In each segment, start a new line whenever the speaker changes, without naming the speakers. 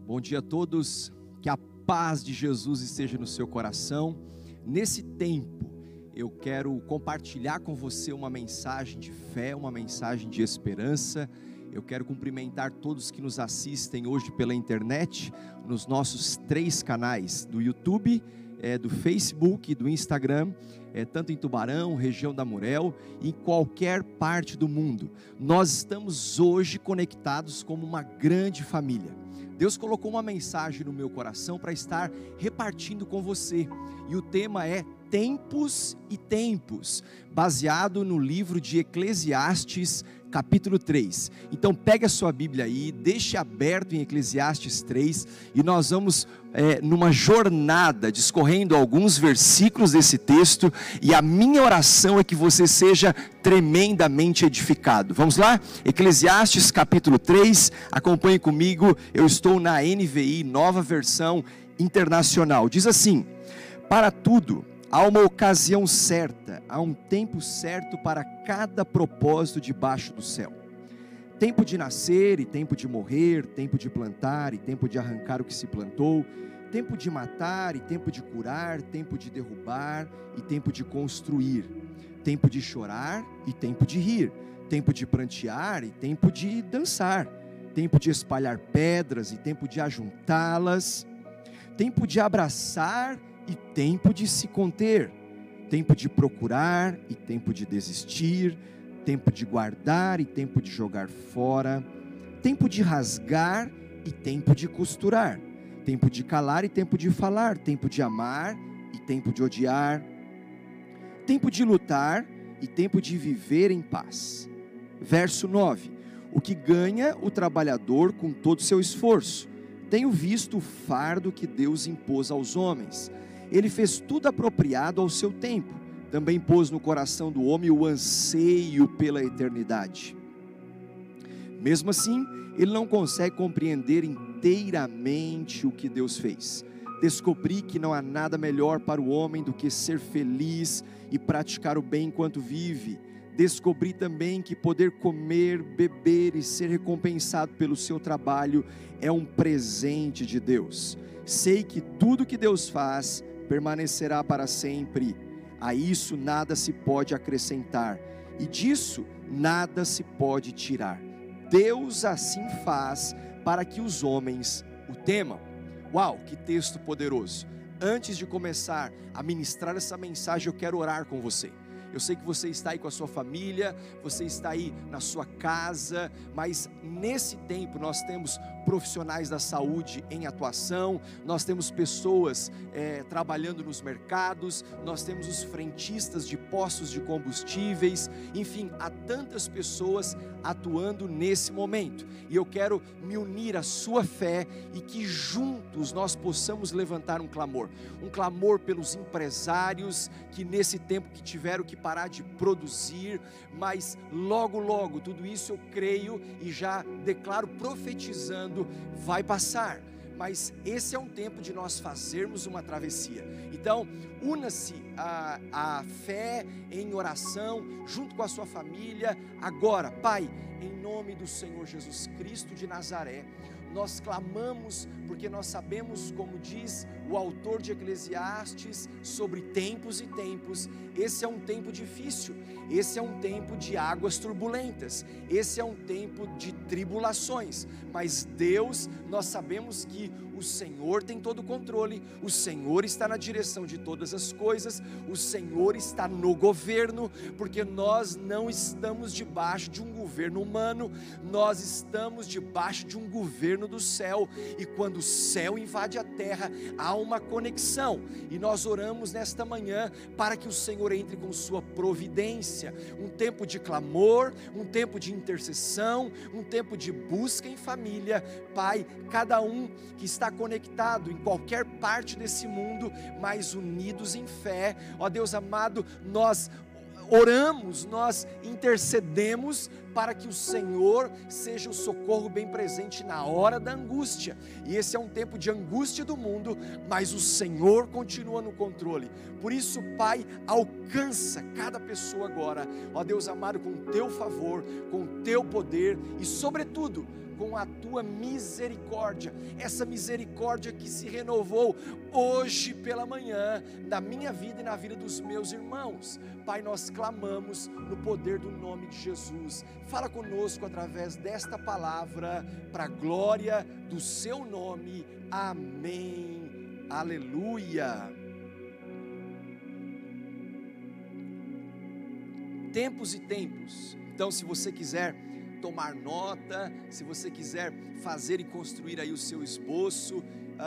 Bom dia a todos, que a paz de Jesus esteja no seu coração. Nesse tempo, eu quero compartilhar com você uma mensagem de fé, uma mensagem de esperança. Eu quero cumprimentar todos que nos assistem hoje pela internet, nos nossos 3 canais, do YouTube, do Facebook e do Instagram, tanto em Tubarão, região da Murel, e em qualquer parte do mundo. Nós estamos hoje conectados como uma grande família. Deus colocou uma mensagem no meu coração para estar repartindo com você, e o tema é Tempos e Tempos, baseado no livro de Eclesiastes, capítulo 3. Então pegue a sua Bíblia aí, deixe aberto em Eclesiastes 3, e nós vamos numa jornada, discorrendo alguns versículos desse texto, e a minha oração é que você seja tremendamente edificado. Vamos lá? Eclesiastes capítulo 3, acompanhe comigo, eu estou na NVI, nova versão internacional. Diz assim: para tudo há uma ocasião certa, há um tempo certo para cada propósito debaixo do céu. Tempo de nascer e tempo de morrer, tempo de plantar e tempo de arrancar o que se plantou, tempo de matar e tempo de curar, tempo de derrubar e tempo de construir, tempo de chorar e tempo de rir, tempo de prantear e tempo de dançar, tempo de espalhar pedras e tempo de ajuntá-las, tempo de abraçar e tempo de se conter, tempo de procurar e tempo de desistir, tempo de guardar e tempo de jogar fora, tempo de rasgar e tempo de costurar, tempo de calar e tempo de falar, tempo de amar e tempo de odiar, tempo de lutar e tempo de viver em paz. Verso 9: o que ganha o trabalhador com todo o seu esforço? Tenho visto o fardo que Deus impôs aos homens. Ele fez tudo apropriado ao seu tempo. Também pôs no coração do homem o anseio pela eternidade. Mesmo assim, ele não consegue compreender inteiramente o que Deus fez. Descobri que não há nada melhor para o homem do que ser feliz e praticar o bem enquanto vive. Descobri também que poder comer, beber e ser recompensado pelo seu trabalho é um presente de Deus. Sei que tudo que Deus faz permanecerá para sempre. A isso nada se pode acrescentar, e disso nada se pode tirar. Deus assim faz para que os homens o temam. Uau, que texto poderoso! Antes de começar a ministrar essa mensagem, eu quero orar com você. Eu sei que você está aí com a sua família, você está aí na sua casa, mas nesse tempo nós temos profissionais da saúde em atuação, nós temos pessoas trabalhando nos mercados, nós temos os frentistas de postos de combustíveis, enfim, há tantas pessoas atuando nesse momento, e eu quero me unir à sua fé, e que juntos nós possamos levantar um clamor pelos empresários, que nesse tempo que tiveram que parar de produzir, mas logo, logo, tudo isso eu creio e já declaro profetizando, vai passar. Mas esse é um tempo de nós fazermos uma travessia. Então, una-se a fé em oração, junto com a sua família, agora. Pai, em nome do Senhor Jesus Cristo de Nazaré, nós clamamos, porque nós sabemos, como diz o autor de Eclesiastes, sobre tempos e tempos. Esse é um tempo difícil, esse é um tempo de águas turbulentas, esse é um tempo de tribulações, mas Deus, nós sabemos que o Senhor tem todo o controle, o Senhor está na direção de todas as coisas, o Senhor está no governo, porque nós não estamos debaixo de um governo humano, nós estamos debaixo de um governo do céu, e quando o céu invade a terra, há uma conexão, e nós oramos nesta manhã, para que o Senhor entre com sua providência, um tempo de clamor, um tempo de intercessão, um tempo de busca em família. Pai, cada um que está conectado em qualquer parte desse mundo, mas unidos em fé, ó Deus amado, nós oramos, nós intercedemos para que o Senhor seja o socorro bem presente na hora da angústia, e esse é um tempo de angústia do mundo, mas o Senhor continua no controle. Por isso, Pai, alcança cada pessoa agora, ó Deus amado, com o teu favor, com o teu poder, e sobretudo, com a tua misericórdia, essa misericórdia que se renovou hoje pela manhã, na minha vida e na vida dos meus irmãos. Pai, nós clamamos no poder do nome de Jesus. Fala conosco através desta palavra, para a glória do seu nome. Amém. Aleluia. Tempos e tempos. Então, se você quiser tomar nota, se você quiser fazer e construir aí o seu esboço,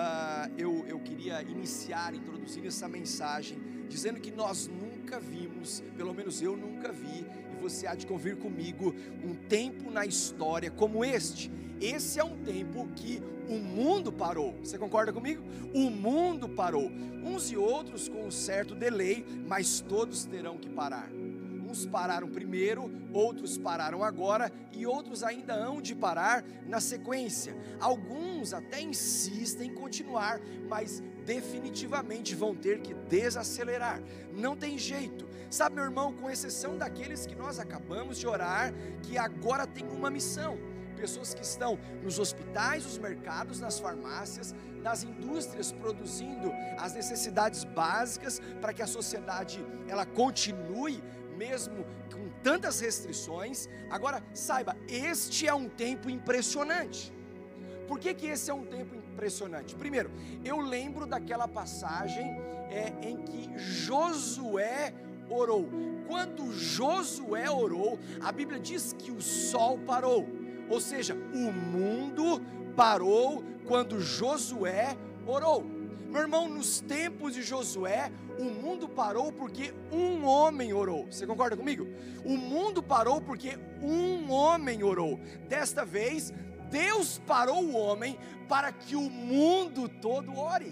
eu queria iniciar, introduzindo essa mensagem, dizendo que nós nunca vimos, pelo menos eu nunca vi, e você há de convir comigo, um tempo na história como este. Esse é um tempo que o mundo parou. Você concorda comigo? O mundo parou, uns e outros com um certo delay, mas todos terão que parar. Uns pararam primeiro, outros pararam agora, e outros ainda hão de parar na sequência. Alguns até insistem em continuar, mas definitivamente vão ter que desacelerar. Não tem jeito. Sabe, meu irmão, com exceção daqueles que nós acabamos de orar, que agora tem uma missão. Pessoas que estão nos hospitais, nos mercados, nas farmácias, nas indústrias, produzindo as necessidades básicas para que a sociedade ela continue mesmo com tantas restrições. Agora, saiba, este é um tempo impressionante. Por que esse é um tempo impressionante? Primeiro, eu lembro daquela passagem em que Josué orou. Quando Josué orou, a Bíblia diz que o sol parou. Ou seja, o mundo parou quando Josué orou. Meu irmão, nos tempos de Josué, o mundo parou porque um homem orou. Você concorda comigo? O mundo parou porque um homem orou. Desta vez, Deus parou o homem para que o mundo todo ore.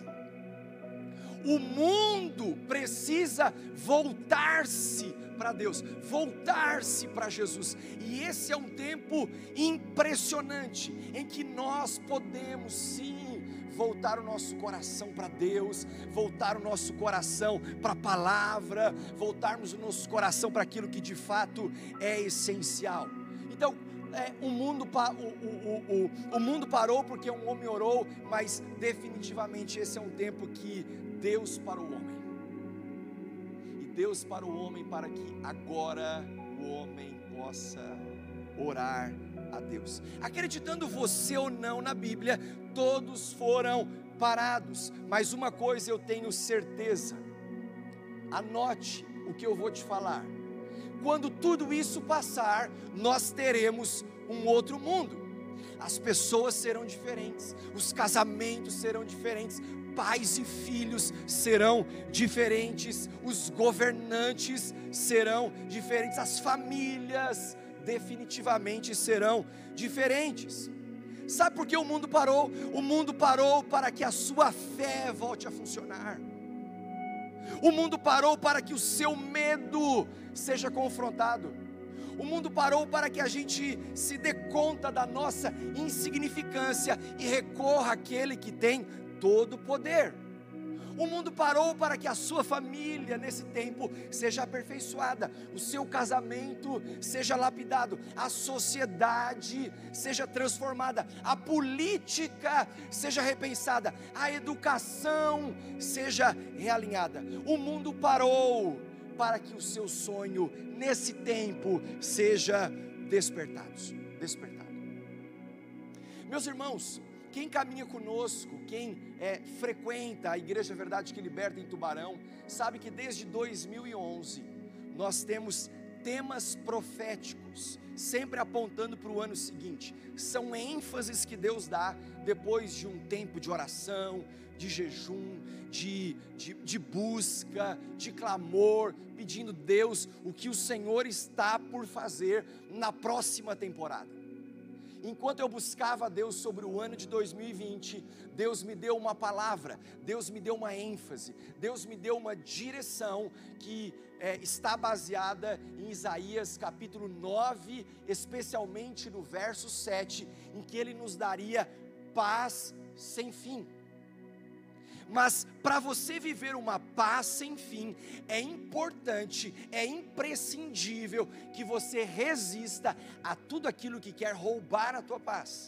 O mundo precisa voltar-se para Deus, voltar-se para Jesus. E esse é um tempo impressionante, em que nós podemos sim voltar o nosso coração para Deus, voltar o nosso coração para a palavra, voltarmos o nosso coração para aquilo que de fato é essencial. Então, o mundo parou porque um homem orou, mas definitivamente esse é um tempo que Deus parou o homem. E Deus parou o homem para que agora o homem possa orar a Deus. Acreditando você ou não na Bíblia, todos foram parados, mas uma coisa eu tenho certeza, anote o que eu vou te falar: quando tudo isso passar, nós teremos um outro mundo. As pessoas serão diferentes, os casamentos serão diferentes, pais e filhos serão diferentes, os governantes serão diferentes, as famílias definitivamente serão diferentes. Sabe por que o mundo parou? O mundo parou para que a sua fé volte a funcionar. O mundo parou para que o seu medo seja confrontado. O mundo parou para que a gente se dê conta da nossa insignificância e recorra àquele que tem todo o poder. O mundo parou para que a sua família nesse tempo seja aperfeiçoada, o seu casamento seja lapidado, a sociedade seja transformada, a política seja repensada, a educação seja realinhada. O mundo parou para que o seu sonho nesse tempo seja despertado. Meus irmãos, quem caminha conosco, quem frequenta a Igreja Verdade que Liberta em Tubarão, sabe que desde 2011 nós temos temas proféticos, sempre apontando para o ano seguinte. São ênfases que Deus dá depois de um tempo de oração, de jejum, de busca, de clamor, pedindo Deus o que o Senhor está por fazer na próxima temporada. Enquanto eu buscava a Deus sobre o ano de 2020, Deus me deu uma palavra, Deus me deu uma ênfase, Deus me deu uma direção que está baseada em Isaías capítulo 9, especialmente no verso 7, em que Ele nos daria paz sem fim. Mas para você viver uma paz sem fim, é importante, é imprescindível que você resista a tudo aquilo que quer roubar a tua paz.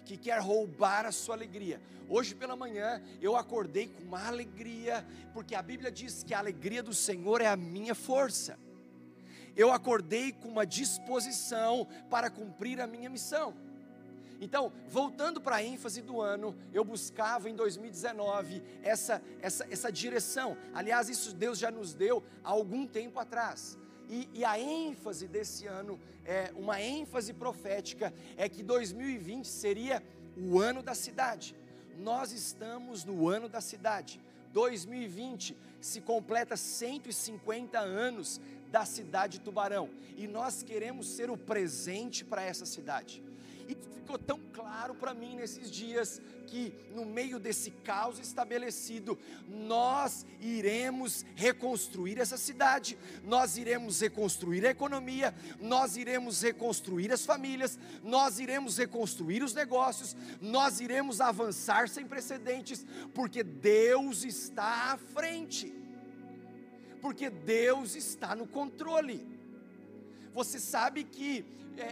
que quer roubar a sua alegria. Hoje pela manhã eu acordei com uma alegria, porque a Bíblia diz que a alegria do Senhor é a minha força. Eu acordei com uma disposição para cumprir a minha missão. Então, voltando para a ênfase do ano, eu buscava em 2019 essa direção. Aliás, isso Deus já nos deu há algum tempo atrás. E a ênfase desse ano, uma ênfase profética, é que 2020 seria o ano da cidade. Nós estamos no ano da cidade. 2020 se completa 150 anos da cidade de Tubarão. E nós queremos ser o presente para essa cidade. E ficou tão claro para mim nesses dias que no meio desse caos estabelecido, nós iremos reconstruir essa cidade, nós iremos reconstruir a economia, nós iremos reconstruir as famílias, nós iremos reconstruir os negócios, nós iremos avançar sem precedentes, porque Deus está à frente, porque Deus está no controle. Você sabe que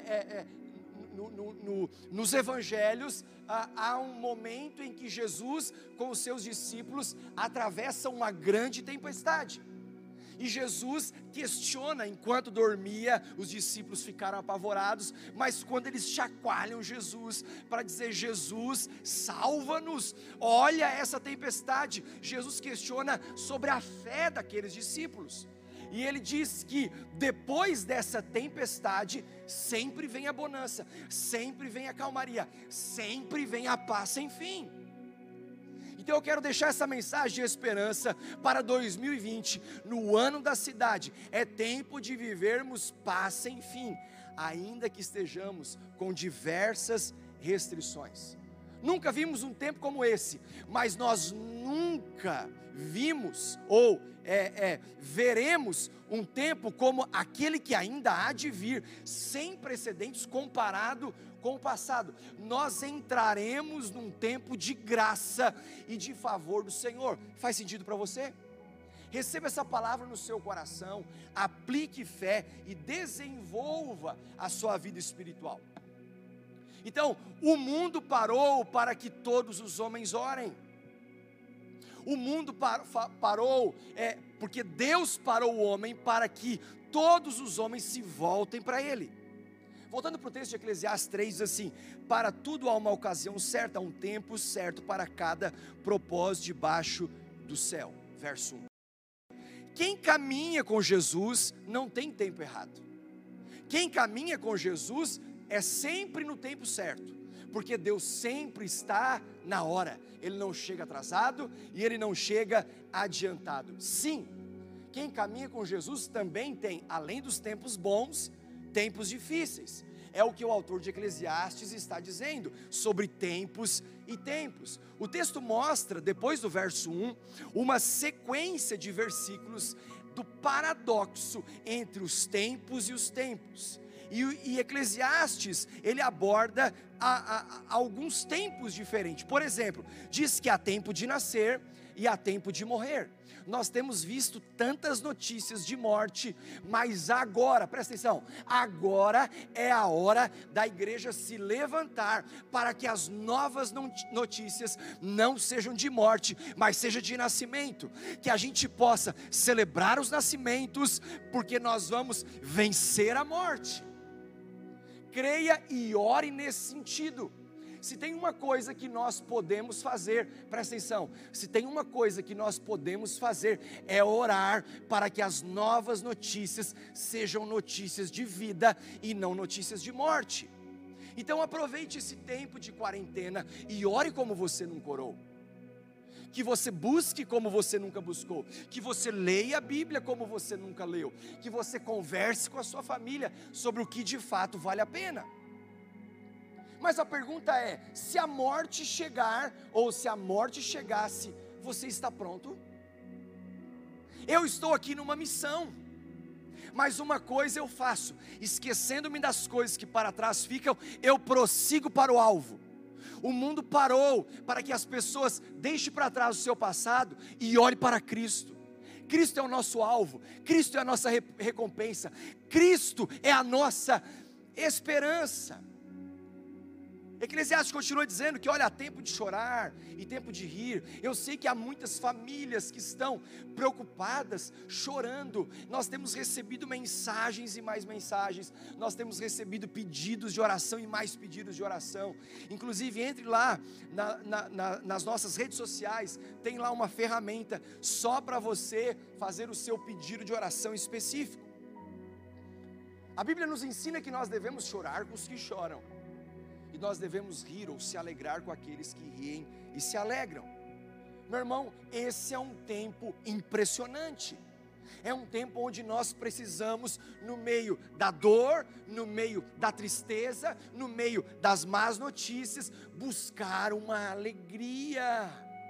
nos evangelhos há um momento em que Jesus com os seus discípulos atravessa uma grande tempestade, e Jesus questiona. Enquanto dormia, os discípulos ficaram apavorados, mas quando eles chacoalham Jesus para dizer: Jesus, salva-nos, olha essa tempestade, Jesus questiona sobre a fé daqueles discípulos. E ele diz que depois dessa tempestade, sempre vem a bonança, sempre vem a calmaria, sempre vem a paz sem fim. Então eu quero deixar essa mensagem de esperança para 2020, no ano da cidade. É tempo de vivermos paz sem fim, ainda que estejamos com diversas restrições. Nunca vimos um tempo como esse, mas nós nunca vimos ou veremos um tempo como aquele que ainda há de vir, sem precedentes comparado com o passado. Nós entraremos num tempo de graça e de favor do Senhor. Faz sentido para você? Receba essa palavra no seu coração, aplique fé e desenvolva a sua vida espiritual. Então, o mundo parou para que todos os homens orem. O mundo parou, porque Deus parou o homem para que todos os homens se voltem para Ele. Voltando para o texto de Eclesiastes 3, diz assim: para tudo há uma ocasião certa, há um tempo certo para cada propósito debaixo do céu. Verso 1. Quem caminha com Jesus não tem tempo errado. Quem caminha com Jesus é sempre no tempo certo, porque Deus sempre está na hora. Ele não chega atrasado e Ele não chega adiantado. Sim, quem caminha com Jesus também tem, além dos tempos bons, tempos difíceis. É o que o autor de Eclesiastes está dizendo, sobre tempos e tempos. O texto mostra, depois do verso 1, uma sequência de versículos do paradoxo entre os tempos e os tempos. E Eclesiastes, ele aborda alguns tempos diferentes. Por exemplo, diz que há tempo de nascer e há tempo de morrer. Nós temos visto tantas notícias de morte, mas agora, presta atenção, agora é a hora da igreja se levantar, para que as novas notícias não sejam de morte, mas seja de nascimento, que a gente possa celebrar os nascimentos, porque nós vamos vencer a morte. Creia e ore nesse sentido. Se tem uma coisa que nós podemos fazer, presta atenção, se tem uma coisa que nós podemos fazer, é orar para que as novas notícias sejam notícias de vida e não notícias de morte. Então aproveite esse tempo de quarentena e ore como você nunca orou. Que você busque como você nunca buscou, que você leia a Bíblia como você nunca leu, que você converse com a sua família sobre o que de fato vale a pena. Mas a pergunta é, se a morte chegar, ou se a morte chegasse, você está pronto? Eu estou aqui numa missão, mas uma coisa eu faço, esquecendo-me das coisas que para trás ficam, eu prossigo para o alvo. O mundo parou para que as pessoas deixem para trás o seu passado e olhem para Cristo. Cristo é o nosso alvo, Cristo é a nossa recompensa, Cristo é a nossa esperança. Eclesiastes continua dizendo que olha, há tempo de chorar e tempo de rir. Eu sei que há muitas famílias que estão preocupadas, chorando. Nós temos recebido mensagens e mais mensagens. Nós temos recebido pedidos de oração e mais pedidos de oração. Inclusive, entre lá nas nossas redes sociais, tem lá uma ferramenta só para você fazer o seu pedido de oração específico. A Bíblia nos ensina que nós devemos chorar com os que choram. E nós devemos rir ou se alegrar com aqueles que riem e se alegram. Meu irmão, esse é um tempo impressionante. É um tempo onde nós precisamos, no meio da dor, no meio da tristeza, no meio das más notícias, buscar uma alegria.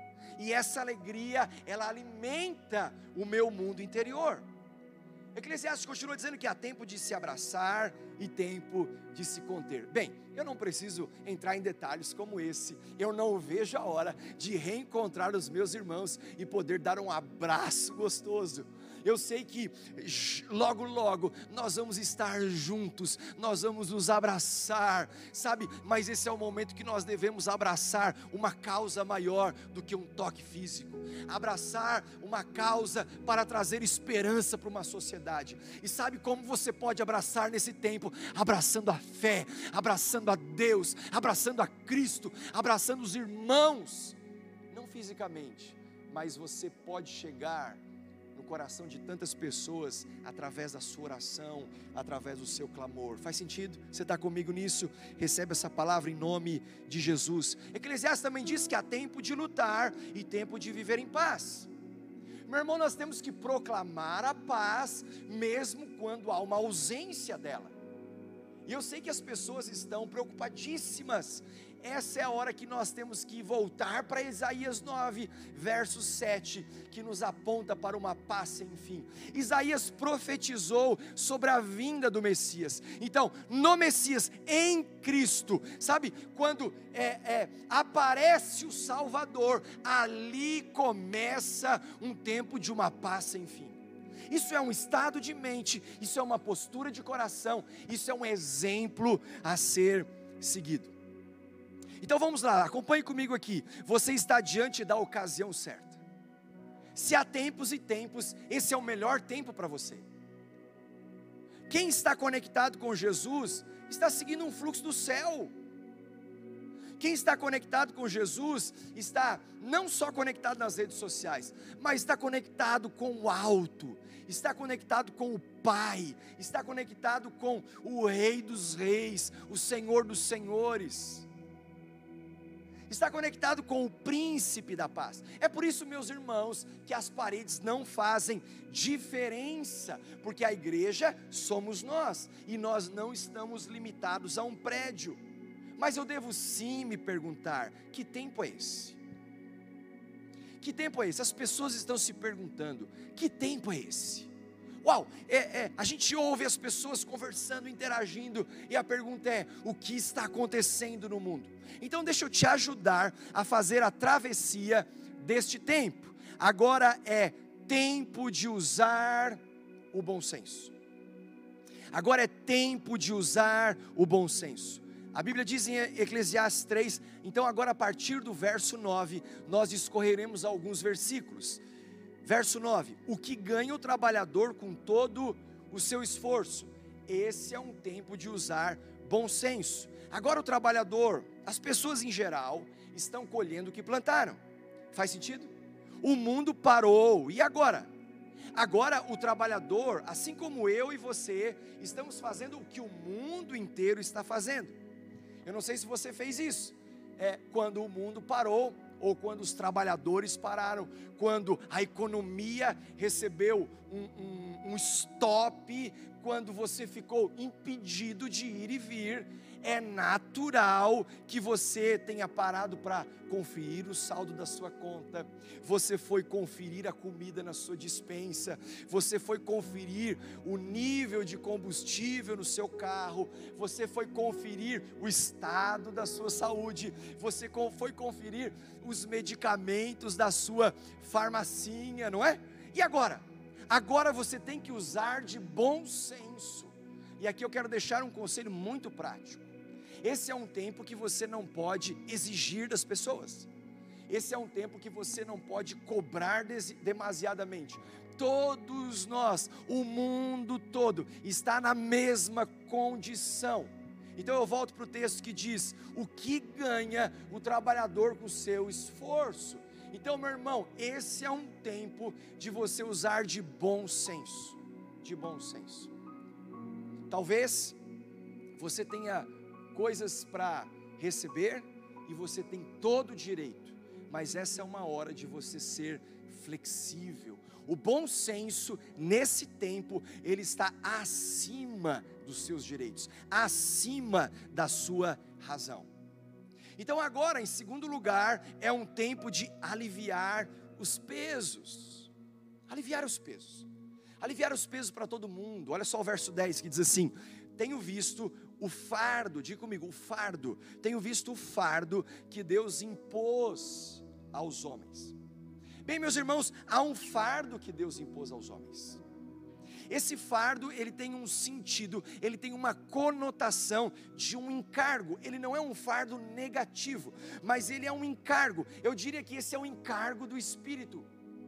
E essa alegria, ela alimenta o meu mundo interior. Eclesiastes continua dizendo que há tempo de se abraçar e tempo de se conter. Bem, eu não preciso entrar em detalhes como esse. Eu não vejo a hora de reencontrar os meus irmãos e poder dar um abraço gostoso. Eu sei que logo logo nós vamos estar juntos, nós vamos nos abraçar, sabe? Mas esse é o momento que nós devemos abraçar uma causa maior do que um toque físico. Abraçar uma causa para trazer esperança para uma sociedade. E sabe como você pode abraçar nesse tempo? Abraçando a fé, abraçando a Deus, abraçando a Cristo, abraçando os irmãos. Não fisicamente, mas você pode chegar no coração de tantas pessoas através da sua oração, através do seu clamor. Faz sentido? Você está comigo nisso? Recebe essa palavra em nome de Jesus. Eclesiastes também diz que há tempo de lutar e tempo de viver em paz. Meu irmão, nós temos que proclamar a paz mesmo quando há uma ausência dela. E eu sei que as pessoas estão preocupadíssimas. Essa é a hora que nós temos que voltar para Isaías 9, verso 7, que nos aponta para uma paz sem fim. Isaías profetizou sobre a vinda do Messias. Então, no Messias, em Cristo, sabe, quando aparece o Salvador, ali começa um tempo de uma paz sem fim. Isso é um estado de mente, isso é uma postura de coração, isso é um exemplo a ser seguido. Então vamos lá, acompanhe comigo aqui. Você está diante da ocasião certa. Se há tempos e tempos, esse é o melhor tempo para você. Quem está conectado com Jesus, está seguindo um fluxo do céu. Quem está conectado com Jesus, está não só conectado nas redes sociais, mas está conectado com o alto, está conectado com o Pai, está conectado com o Rei dos Reis, o Senhor dos Senhores. Está conectado com o príncipe da paz. É por isso, meus irmãos, que as paredes não fazem diferença, porque a igreja somos nós, e nós não estamos limitados a um prédio. Mas eu devo sim me perguntar, que tempo é esse? Que tempo é esse? As pessoas estão se perguntando, que tempo é esse? Uau, a gente ouve as pessoas conversando, interagindo, e a pergunta é, o que está acontecendo no mundo? Então deixa eu te ajudar a fazer a travessia deste tempo. Agora é tempo de usar o bom senso. Agora é tempo de usar o bom senso. A Bíblia diz em Eclesiastes 3, então agora a partir do verso 9, nós discorreremos alguns versículos. Verso 9, o que ganha o trabalhador com todo o seu esforço? Esse é um tempo de usar bom senso. Agora o trabalhador, as pessoas em geral, estão colhendo o que plantaram. Faz sentido? O mundo parou, e agora? Agora o trabalhador, assim como eu e você, estamos fazendo o que o mundo inteiro está fazendo. Eu não sei se você fez isso, quando o mundo parou, ou quando os trabalhadores pararam, quando a economia recebeu um stop, quando você ficou impedido de ir e vir, é natural que você tenha parado para conferir o saldo da sua conta, você foi conferir a comida na sua despensa, você foi conferir o nível de combustível no seu carro, você foi conferir o estado da sua saúde, você foi conferir os medicamentos da sua farmacinha, não é? E agora? Agora você tem que usar de bom senso. E aqui eu quero deixar um conselho muito prático. Esse é um tempo que você não pode exigir das pessoas. Esse é um tempo que você não pode cobrar demasiadamente. Todos nós, o mundo todo, está na mesma condição. Então eu volto para o texto que diz: o que ganha o trabalhador com o seu esforço? Então, meu irmão, esse é um tempo de você usar de bom senso. De bom senso. Talvez você tenha coisas para receber e você tem todo o direito, mas essa é uma hora de você ser flexível. O bom senso, nesse tempo, ele está acima dos seus direitos, acima da sua razão. Então agora, em segundo lugar, é um tempo de aliviar os pesos. Aliviar os pesos. Aliviar os pesos para todo mundo. Olha só o verso 10 que diz assim: tenho visto o fardo, diga comigo, o fardo. Tenho visto o fardo que Deus impôs aos homens. Bem, meus irmãos, há um fardo que Deus impôs aos homens. Esse fardo, ele tem um sentido, ele tem uma conotação de um encargo. Ele não é um fardo negativo, mas ele é um encargo. Eu diria que esse é um encargo do Espírito.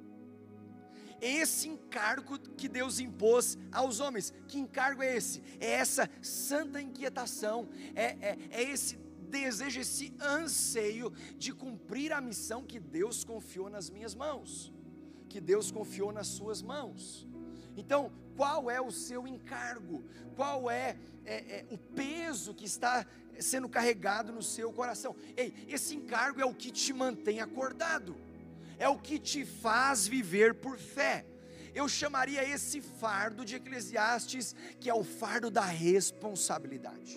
Esse encargo que Deus impôs aos homens. Que encargo é esse? É essa santa inquietação, é esse desejo, esse anseio de cumprir a missão que Deus confiou nas minhas mãos, que Deus confiou nas suas mãos. Então, qual é o seu encargo? Qual é o peso que está sendo carregado no seu coração? Ei, esse encargo é o que te mantém acordado, é o que te faz viver por fé. Eu chamaria esse fardo de Eclesiastes, que é o fardo da responsabilidade.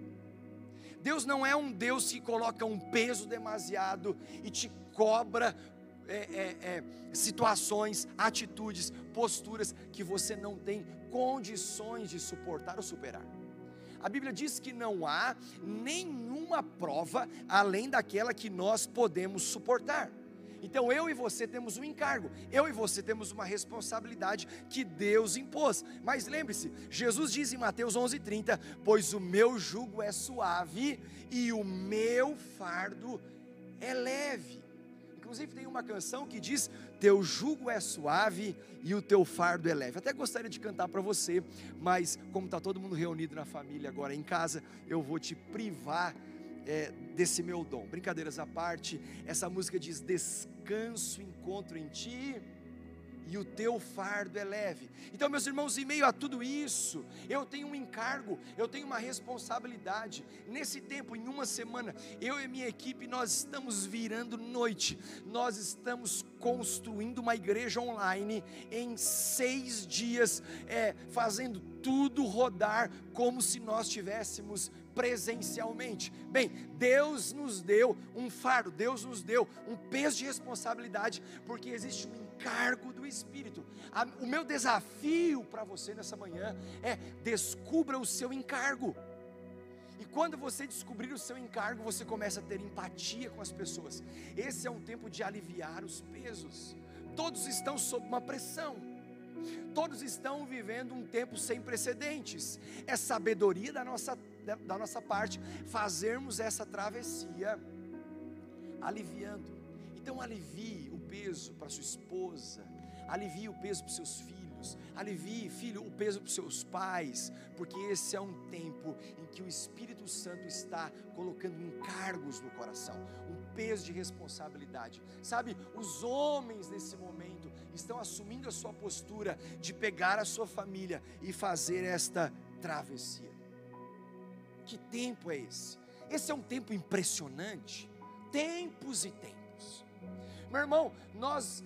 Deus não é um Deus que coloca um peso demasiado e te cobra situações, atitudes, posturas que você não tem condições de suportar ou superar. A Bíblia diz que não há nenhuma prova além daquela que nós podemos suportar. Então eu e você temos um encargo, eu e você temos uma responsabilidade que Deus impôs. Mas lembre-se, Jesus diz em Mateus 11:30, pois o meu jugo é suave e o meu fardo é leve. Inclusive tem uma canção que diz, teu jugo é suave e o teu fardo é leve. Até gostaria de cantar para você, mas como está todo mundo reunido na família agora em casa, eu vou te privar desse meu dom. Brincadeiras à parte, essa música diz, descanso encontro em ti e o teu fardo é leve. Então, meus irmãos, em meio a tudo isso, eu tenho um encargo, eu tenho uma responsabilidade. Nesse tempo, em uma semana, eu e minha equipe, nós estamos virando noite, nós estamos construindo uma igreja online em 6 dias, fazendo tudo rodar como se nós tivéssemos presencialmente. Bem, Deus nos deu um fardo, Deus nos deu um peso de responsabilidade, porque existe um encargo do Espírito. O meu desafio para você nessa manhã é: descubra o seu encargo. E quando você descobrir o seu encargo, você começa a ter empatia com as pessoas. Esse é um tempo de aliviar os pesos. Todos estão sob uma pressão. Todos estão vivendo um tempo sem precedentes. É sabedoria da nossa parte fazermos essa travessia aliviando. Então alivie o peso para sua esposa, alivie o peso para os seus filhos, alivie, filho, o peso para os seus pais, porque esse é um tempo em que o Espírito Santo está colocando encargos no coração, um peso de responsabilidade. Sabe, os homens nesse momento estão assumindo a sua postura de pegar a sua família e fazer esta travessia. Que tempo é esse? Esse é um tempo impressionante. Tempos e tempos. Meu irmão, nós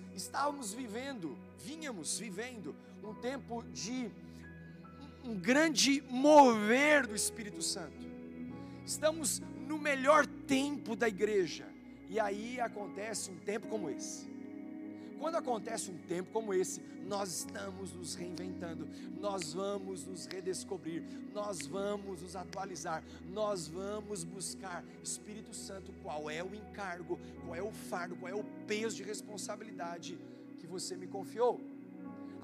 vínhamos vivendo um tempo de um grande mover do Espírito Santo. Estamos no melhor tempo da igreja. E aí acontece um tempo como esse. Quando acontece um tempo como esse, nós estamos nos reinventando, nós vamos nos redescobrir, nós vamos nos atualizar, nós vamos buscar, Espírito Santo, qual é o encargo, qual é o fardo, qual é o peso de responsabilidade que você me confiou.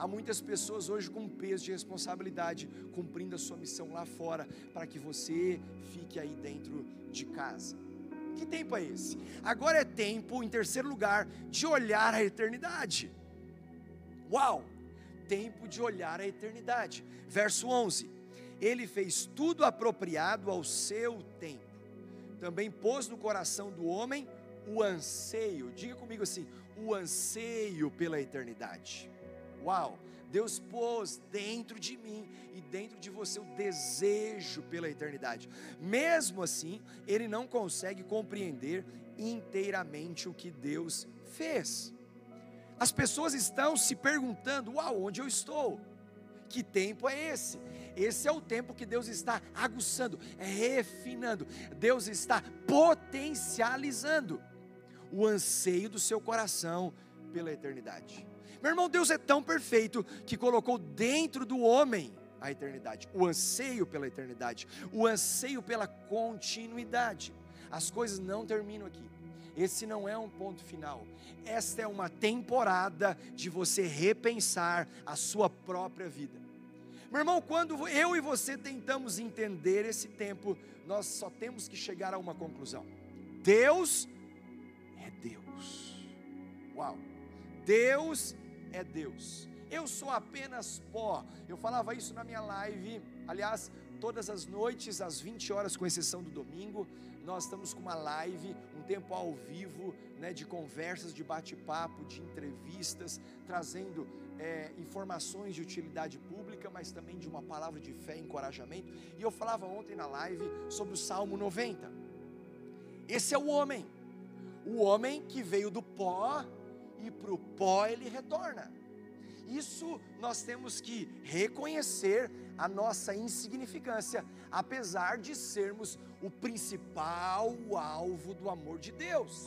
Há muitas pessoas hoje com peso de responsabilidade, cumprindo a sua missão lá fora, para que você fique aí dentro de casa. Que tempo é esse? Agora é tempo, em terceiro lugar, de olhar a eternidade. Uau! Tempo de olhar a eternidade. Verso 11: Ele fez tudo apropriado ao seu tempo. Também pôs no coração do homem o anseio, diga comigo assim, o anseio pela eternidade. Uau! Deus pôs dentro de mim e dentro de você o desejo pela eternidade. Mesmo assim, ele não consegue compreender inteiramente o que Deus fez. As pessoas estão se perguntando: uau, onde eu estou? Que tempo é esse? Esse é o tempo que Deus está aguçando, refinando, Deus está potencializando o anseio do seu coração pela eternidade. Meu irmão, Deus é tão perfeito que colocou dentro do homem a eternidade, o anseio pela eternidade, o anseio pela continuidade. As coisas não terminam aqui. Esse não é um ponto final. Esta é uma temporada de você repensar a sua própria vida. Meu irmão, quando eu e você tentamos entender esse tempo, nós só temos que chegar a uma conclusão: Deus é Deus. Uau! Deus é Deus. Eu sou apenas pó. Eu falava isso na minha live. Aliás, todas as noites, às 20 horas, com exceção do domingo, nós estamos com uma live, um tempo ao vivo, né, de conversas, de bate-papo, de entrevistas, trazendo informações de utilidade pública, mas também de uma palavra de fé e encorajamento. E eu falava ontem na live sobre o Salmo 90. Esse é o homem que veio do pó, e para o pó ele retorna. Isso nós temos que reconhecer a nossa insignificância, apesar de sermos o principal alvo do amor de Deus.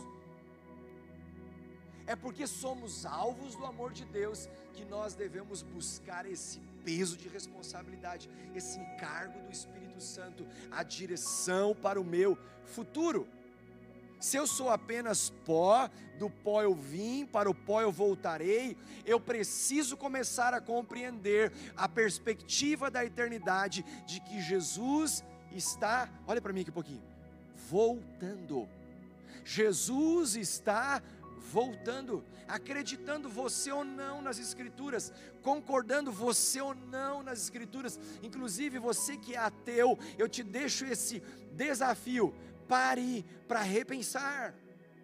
É porque somos alvos do amor de Deus que nós devemos buscar esse peso de responsabilidade, esse encargo do Espírito Santo, a direção para o meu futuro. Se eu sou apenas pó, do pó eu vim, para o pó eu voltarei, eu preciso começar a compreender a perspectiva da eternidade, de que Jesus está, olha para mim aqui um pouquinho, voltando. Jesus está voltando, acreditando você ou não nas Escrituras, concordando você ou não nas Escrituras. Inclusive você que é ateu, eu te deixo esse desafio: pare para repensar,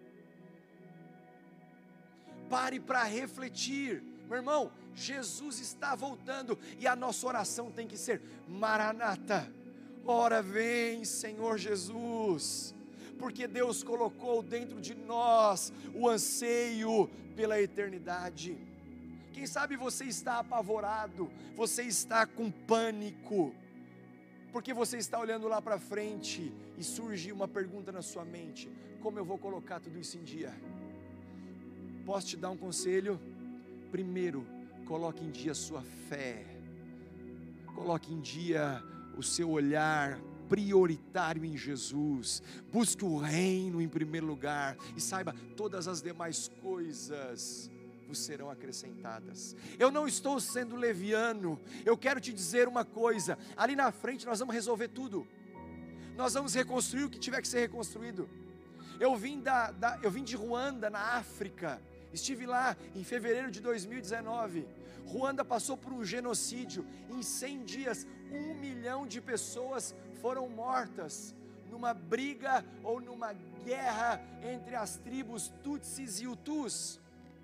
pare para refletir. Meu irmão, Jesus está voltando e a nossa oração tem que ser: Maranata, ora vem Senhor Jesus, porque Deus colocou dentro de nós o anseio pela eternidade. Quem sabe você está apavorado, você está com pânico, porque você está olhando lá para frente e surge uma pergunta na sua mente: como eu vou colocar tudo isso em dia? Posso te dar um conselho? Primeiro, coloque em dia a sua fé, coloque em dia o seu olhar prioritário em Jesus, busque o reino em primeiro lugar, e saiba, todas as demais coisas vos serão acrescentadas. Eu não estou sendo leviano, eu quero te dizer uma coisa: ali na frente nós vamos resolver tudo, nós vamos reconstruir o que tiver que ser reconstruído. Eu vim de Ruanda, na África, estive lá em fevereiro de 2019, Ruanda passou por um genocídio, em 100 dias, 1 milhão de pessoas foram mortas, numa briga ou numa guerra entre as tribos Tutsis e Hutus.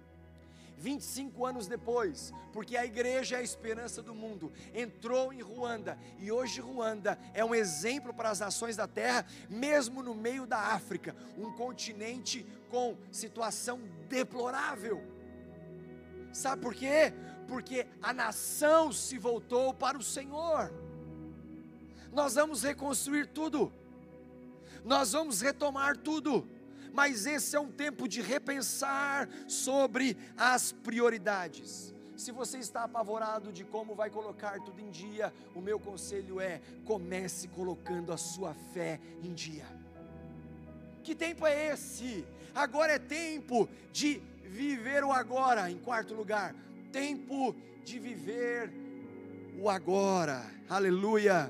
25 anos depois, porque a igreja é a esperança do mundo, entrou em Ruanda, e hoje Ruanda é um exemplo para as nações da terra, mesmo no meio da África, um continente com situação deplorável. Sabe por quê? Porque a nação se voltou para o Senhor. Nós vamos reconstruir tudo, nós vamos retomar tudo, mas esse é um tempo de repensar sobre as prioridades. Se você está apavorado de como vai colocar tudo em dia, o meu conselho é: comece colocando a sua fé em dia. Que tempo é esse? Agora é tempo de viver o agora. Em quarto lugar, tempo de viver o agora. Aleluia.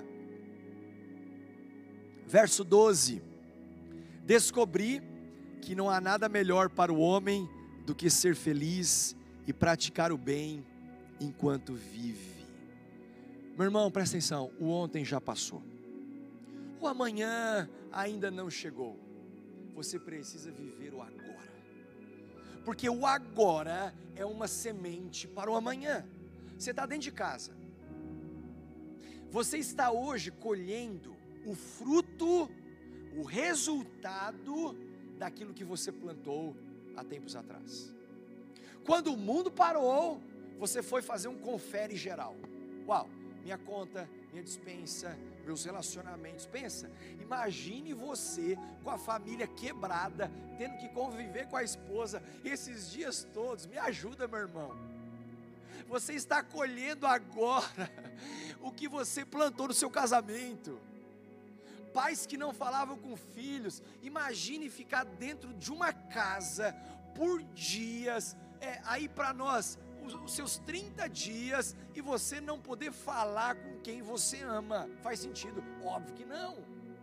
Verso 12: descobri que não há nada melhor para o homem do que ser feliz e praticar o bem enquanto vive. Meu irmão, presta atenção, o ontem já passou, o amanhã ainda não chegou. Você precisa viver o agora, porque o agora é uma semente para o amanhã. Você está dentro de casa, você está hoje colhendo o fruto, o resultado daquilo que você plantou há tempos atrás. Quando o mundo parou, você foi fazer um confere geral. Uau, minha conta, minha despensa, meus relacionamentos. Pensa, imagine você com a família quebrada, tendo que conviver com a esposa esses dias todos. Me ajuda, meu irmão. Você está colhendo agora o que você plantou no seu casamento. Pais que não falavam com filhos, imagine ficar dentro de uma casa por dias, aí para nós, os seus 30 dias, e você não poder falar com quem você ama. Faz sentido? Óbvio que não.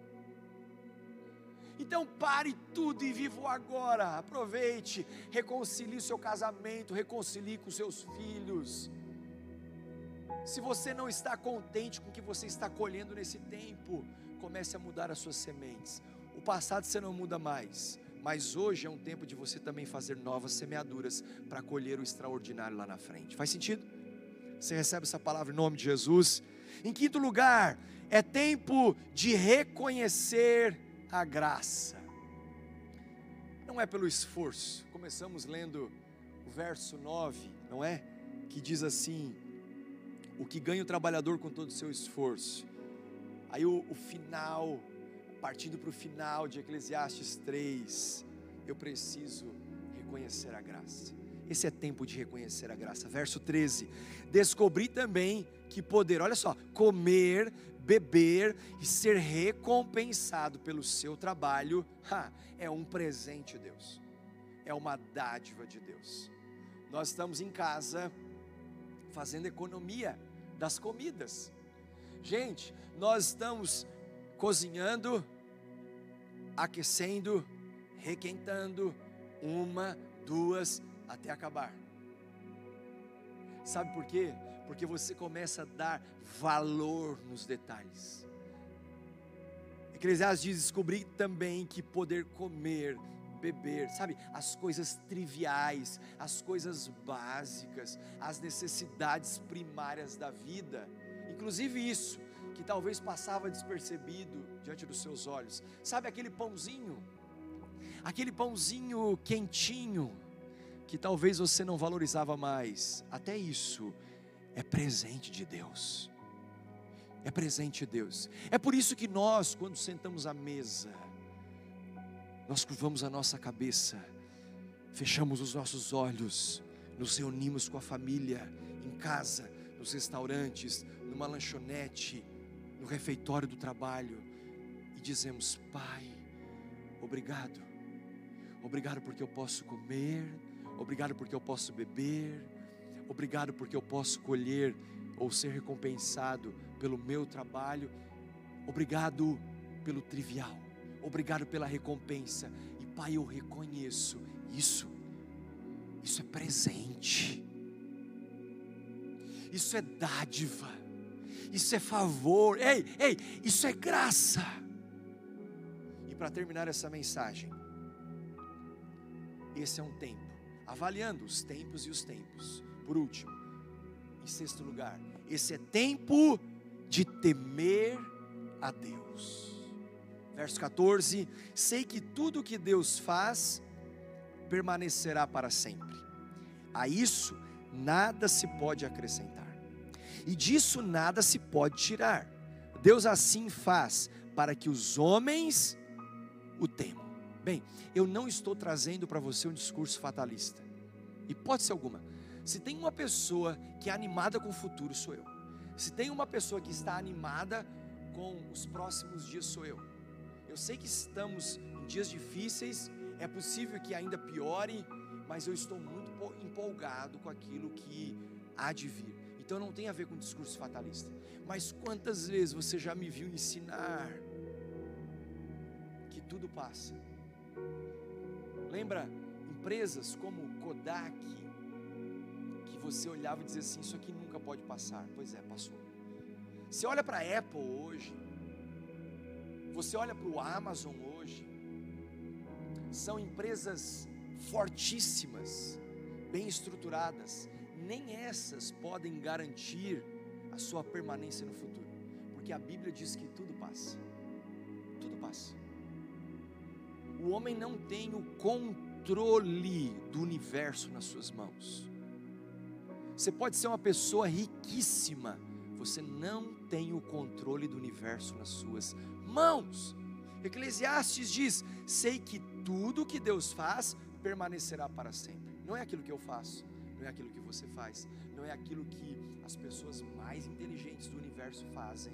Então pare tudo e viva o agora. Aproveite, reconcilie o seu casamento, reconcilie com seus filhos. Se você não está contente com o que você está colhendo nesse tempo, comece a mudar as suas sementes. O passado você não muda mais, mas hoje é um tempo de você também fazer novas semeaduras para colher o extraordinário lá na frente. Faz sentido? Você recebe essa palavra em nome de Jesus? Em quinto lugar, é tempo de reconhecer a graça. Não é pelo esforço. Começamos lendo o verso 9, não é? Que diz assim: o que ganha o trabalhador com todo o seu esforço. Aí o final, partindo para o final de Eclesiastes 3, eu preciso reconhecer a graça. Esse é tempo de reconhecer a graça. Verso 13: descobri também que poder, olha só, comer, beber e ser recompensado pelo seu trabalho, é um presente de Deus, é uma dádiva de Deus. Nós estamos em casa fazendo economia das comidas. Gente, nós estamos cozinhando, aquecendo, requentando, 1, 2, até acabar. Sabe por quê? Porque você começa a dar valor nos detalhes. Eclesiastes diz: descobri também que poder comer, beber, sabe, as coisas triviais, as coisas básicas, as necessidades primárias da vida, inclusive isso, que talvez passava despercebido diante dos seus olhos, sabe aquele pãozinho quentinho, que talvez você não valorizava mais, até isso é presente de Deus, é presente de Deus. É por isso que nós, quando sentamos à mesa, nós curvamos a nossa cabeça, fechamos os nossos olhos, nos reunimos com a família, em casa, nos restaurantes, numa lanchonete, no refeitório do trabalho, e dizemos: Pai, obrigado, obrigado porque eu posso comer, obrigado porque eu posso beber, obrigado porque eu posso colher ou ser recompensado pelo meu trabalho, obrigado pelo trivial, obrigado pela recompensa. E Pai, eu reconheço isso é presente, isso é dádiva, isso é favor, isso é graça. E para terminar essa mensagem, esse é um tempo, avaliando os tempos e os tempos. Por último, em sexto lugar, esse é tempo de temer a Deus. Verso 14: sei que tudo que Deus faz permanecerá para sempre, a isso nada se pode acrescentar, e disso nada se pode tirar. Deus assim faz para que os homens o temam. Bem, eu não estou trazendo para você um discurso fatalista, hipótese alguma. Se tem uma pessoa que é animada com o futuro, sou eu. Se tem uma pessoa que está animada com os próximos dias, sou eu. Eu sei que estamos em dias difíceis, é possível que ainda piore, mas eu estou muito empolgado com aquilo que há de vir. Então não tem a ver com discurso fatalista. Mas quantas vezes você já me viu ensinar que tudo passa? Lembra empresas como Kodak, que você olhava e dizia assim, isso aqui nunca pode passar? Pois é, passou. Você olha para a Apple hoje, você olha para o Amazon hoje, são empresas fortíssimas, bem estruturadas, nem essas podem garantir a sua permanência no futuro, porque a Bíblia diz que tudo passa, tudo passa. O homem não tem o controle do universo nas suas mãos. Você pode ser uma pessoa riquíssima, você não tem o controle do universo nas suas mãos. Eclesiastes diz, sei que tudo que Deus faz permanecerá para sempre. Não é aquilo que eu faço, não é aquilo que você faz, não é aquilo que as pessoas mais inteligentes do universo fazem,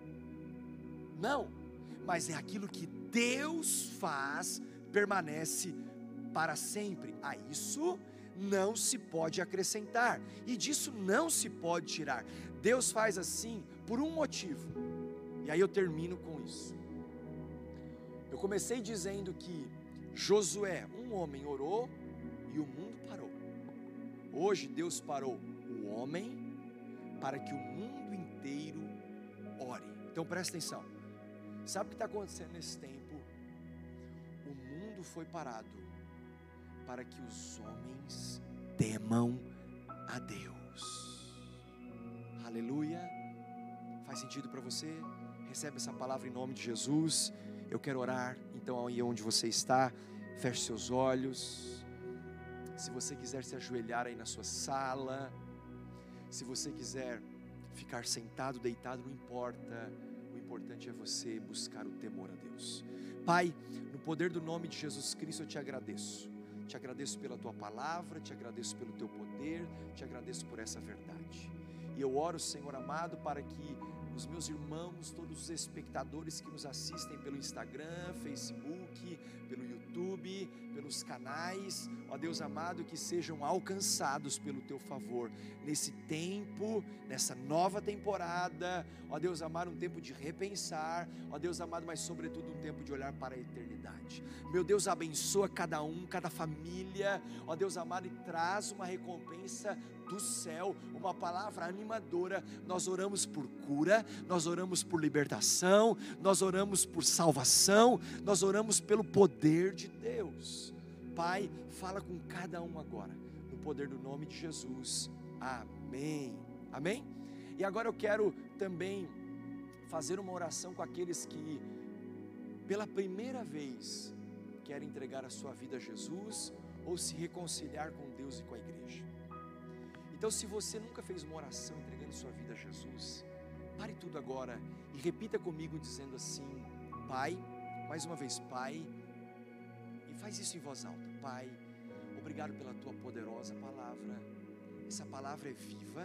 não, mas é aquilo que Deus faz, permanece para sempre. A isso não se pode acrescentar, e disso não se pode tirar. Deus faz assim por um motivo, e aí eu termino com isso. Eu comecei dizendo que Josué, um homem, orou e o mundo parou. Hoje Deus parou o homem para que o mundo inteiro ore. Então presta atenção. Sabe o que está acontecendo nesse tempo? O mundo foi parado para que os homens temam a Deus. Aleluia. Faz sentido para você? Recebe essa palavra em nome de Jesus. Eu quero orar, então aí onde você está, feche seus olhos. Se você quiser se ajoelhar aí na sua sala, se você quiser ficar sentado, deitado, não importa. O importante é você buscar o temor a Deus. Pai, no poder do nome de Jesus Cristo eu te agradeço. Te agradeço pela tua palavra, te agradeço pelo teu poder, te agradeço por essa verdade. E eu oro, Senhor amado, para que os meus irmãos, todos os espectadores que nos assistem pelo Instagram, Facebook, pelo YouTube, pelos canais, ó Deus amado, que sejam alcançados pelo teu favor, nesse tempo, nessa nova temporada, ó Deus amado, um tempo de repensar, ó Deus amado, mas sobretudo um tempo de olhar para a eternidade. Meu Deus, abençoa cada um, cada família, ó Deus amado, e traz uma recompensa do céu, uma palavra animadora. Nós oramos por cura, nós oramos por libertação, nós oramos por salvação, nós oramos pelo poder de Deus. Pai, fala com cada um agora, no poder do nome de Jesus, amém, amém? E agora eu quero também fazer uma oração com aqueles que pela primeira vez querem entregar a sua vida a Jesus, ou se reconciliar com Deus e com a igreja. Então, se você nunca fez uma oração entregando sua vida a Jesus, pare tudo agora e repita comigo dizendo assim: Pai, mais uma vez, Pai, e faz isso em voz alta. Pai, obrigado pela tua poderosa palavra. Essa palavra é viva,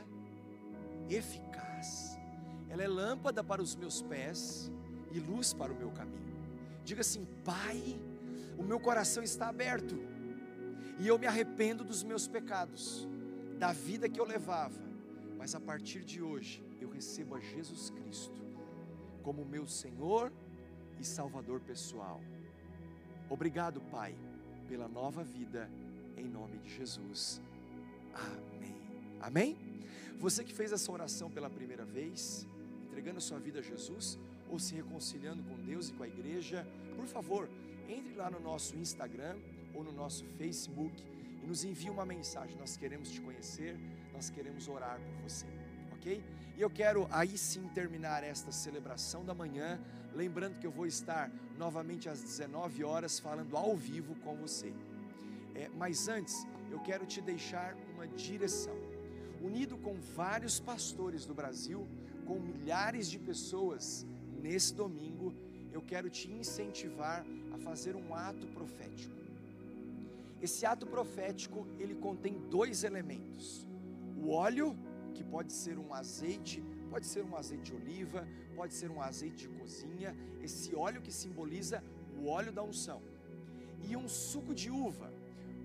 eficaz, ela é lâmpada para os meus pés e luz para o meu caminho. Diga assim: Pai, o meu coração está aberto e eu me arrependo dos meus pecados, da vida que eu levava, mas a partir de hoje eu recebo a Jesus Cristo como meu Senhor e Salvador pessoal. Obrigado, Pai, pela nova vida, em nome de Jesus, amém, amém? Você que fez essa oração pela primeira vez, entregando a sua vida a Jesus, ou se reconciliando com Deus e com a igreja, por favor, entre lá no nosso Instagram ou no nosso Facebook e nos envie uma mensagem. Nós queremos te conhecer, nós queremos orar por você, ok? E eu quero aí sim terminar esta celebração da manhã, lembrando que eu vou estar novamente às 19 horas falando ao vivo com você. Mas antes, eu quero te deixar uma direção. Unido com vários pastores do Brasil, com milhares de pessoas nesse domingo, eu quero te incentivar a fazer um ato profético. Esse ato profético, ele contém dois elementos: o óleo, que pode ser um azeite, pode ser um azeite de oliva, pode ser um azeite de cozinha, esse óleo que simboliza o óleo da unção, e um suco de uva.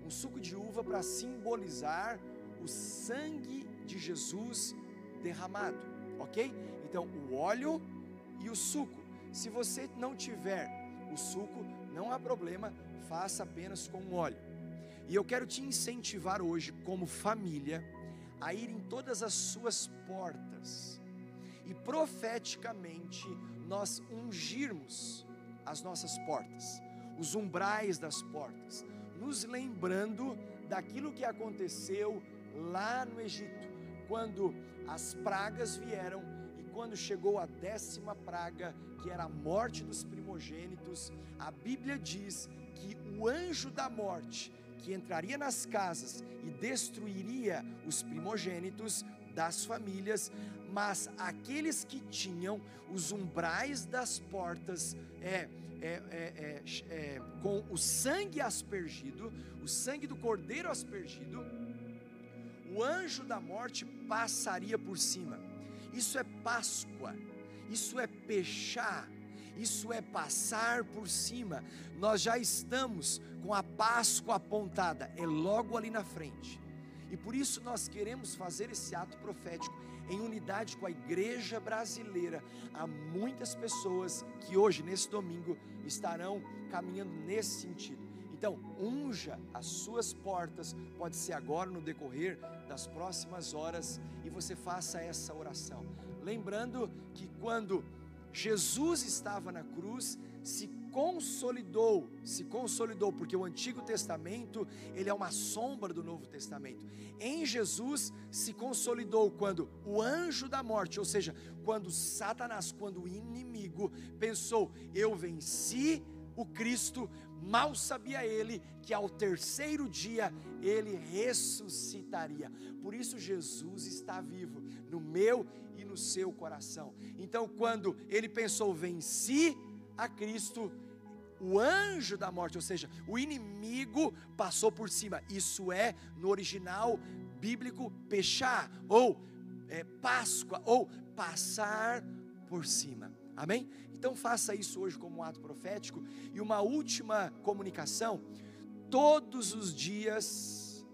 um suco de uva para simbolizar o sangue de Jesus derramado, ok? Então, o óleo e o suco. Se você não tiver o suco, não há problema, faça apenas com o óleo. E eu quero te incentivar hoje, como família, a ir em todas as suas portas e profeticamente nós ungirmos as nossas portas, os umbrais das portas, nos lembrando daquilo que aconteceu lá no Egito, quando as pragas vieram e quando chegou a 10ª praga, que era a morte dos primogênitos. A Bíblia diz que o anjo da morte, que entraria nas casas e destruiria os primogênitos das famílias, mas aqueles que tinham os umbrais das portas com o sangue aspergido, o sangue do cordeiro aspergido, o anjo da morte passaria por cima. Isso é Páscoa, isso é pechá, isso é passar por cima. Nós já estamos com a Páscoa apontada, é logo ali na frente. E por isso nós queremos fazer esse ato profético em unidade com a igreja brasileira. Há muitas pessoas que hoje, nesse domingo, estarão caminhando nesse sentido. Então, unja as suas portas, pode ser agora, no decorrer das próximas horas, e você faça essa oração. Lembrando que quando Jesus estava na cruz, se consolidou, porque o Antigo Testamento, ele é uma sombra do Novo Testamento. Em Jesus se consolidou quando o anjo da morte, ou seja, quando Satanás, quando o inimigo pensou, eu venci o Cristo, mal sabia ele que ao 3º dia ele ressuscitaria. Por isso Jesus está vivo no meu e no seu coração. Então, quando ele pensou, venci a Cristo, o anjo da morte, ou seja, o inimigo passou por cima. Isso é, no original bíblico, pechá, ou Páscoa, ou passar por cima. Amém? Então faça isso hoje como um ato profético. E uma última comunicação: todos os dias,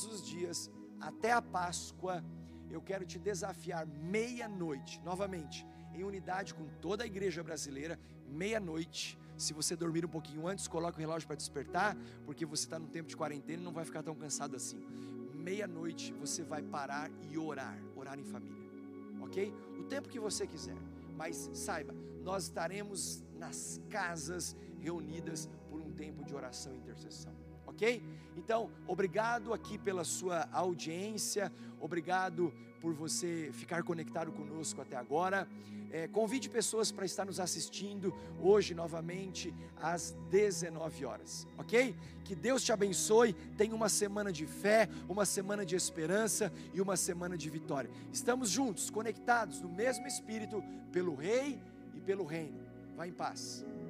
até a Páscoa, eu quero te desafiar, meia-noite, novamente, em unidade com toda a igreja brasileira, meia-noite. Se você dormir um pouquinho antes, coloque o relógio para despertar, porque você está no tempo de quarentena e não vai ficar tão cansado assim. Meia-noite você vai parar e orar em família, ok? O tempo que você quiser, mas saiba, nós estaremos nas casas reunidas por um tempo de oração e intercessão, ok? Então, obrigado aqui pela sua audiência, obrigado por você ficar conectado conosco até agora. Convide pessoas para estar nos assistindo hoje novamente às 19 horas, ok? Que Deus te abençoe, tenha uma semana de fé, uma semana de esperança e uma semana de vitória. Estamos juntos, conectados no mesmo Espírito, pelo Rei e pelo Reino. Vá em paz.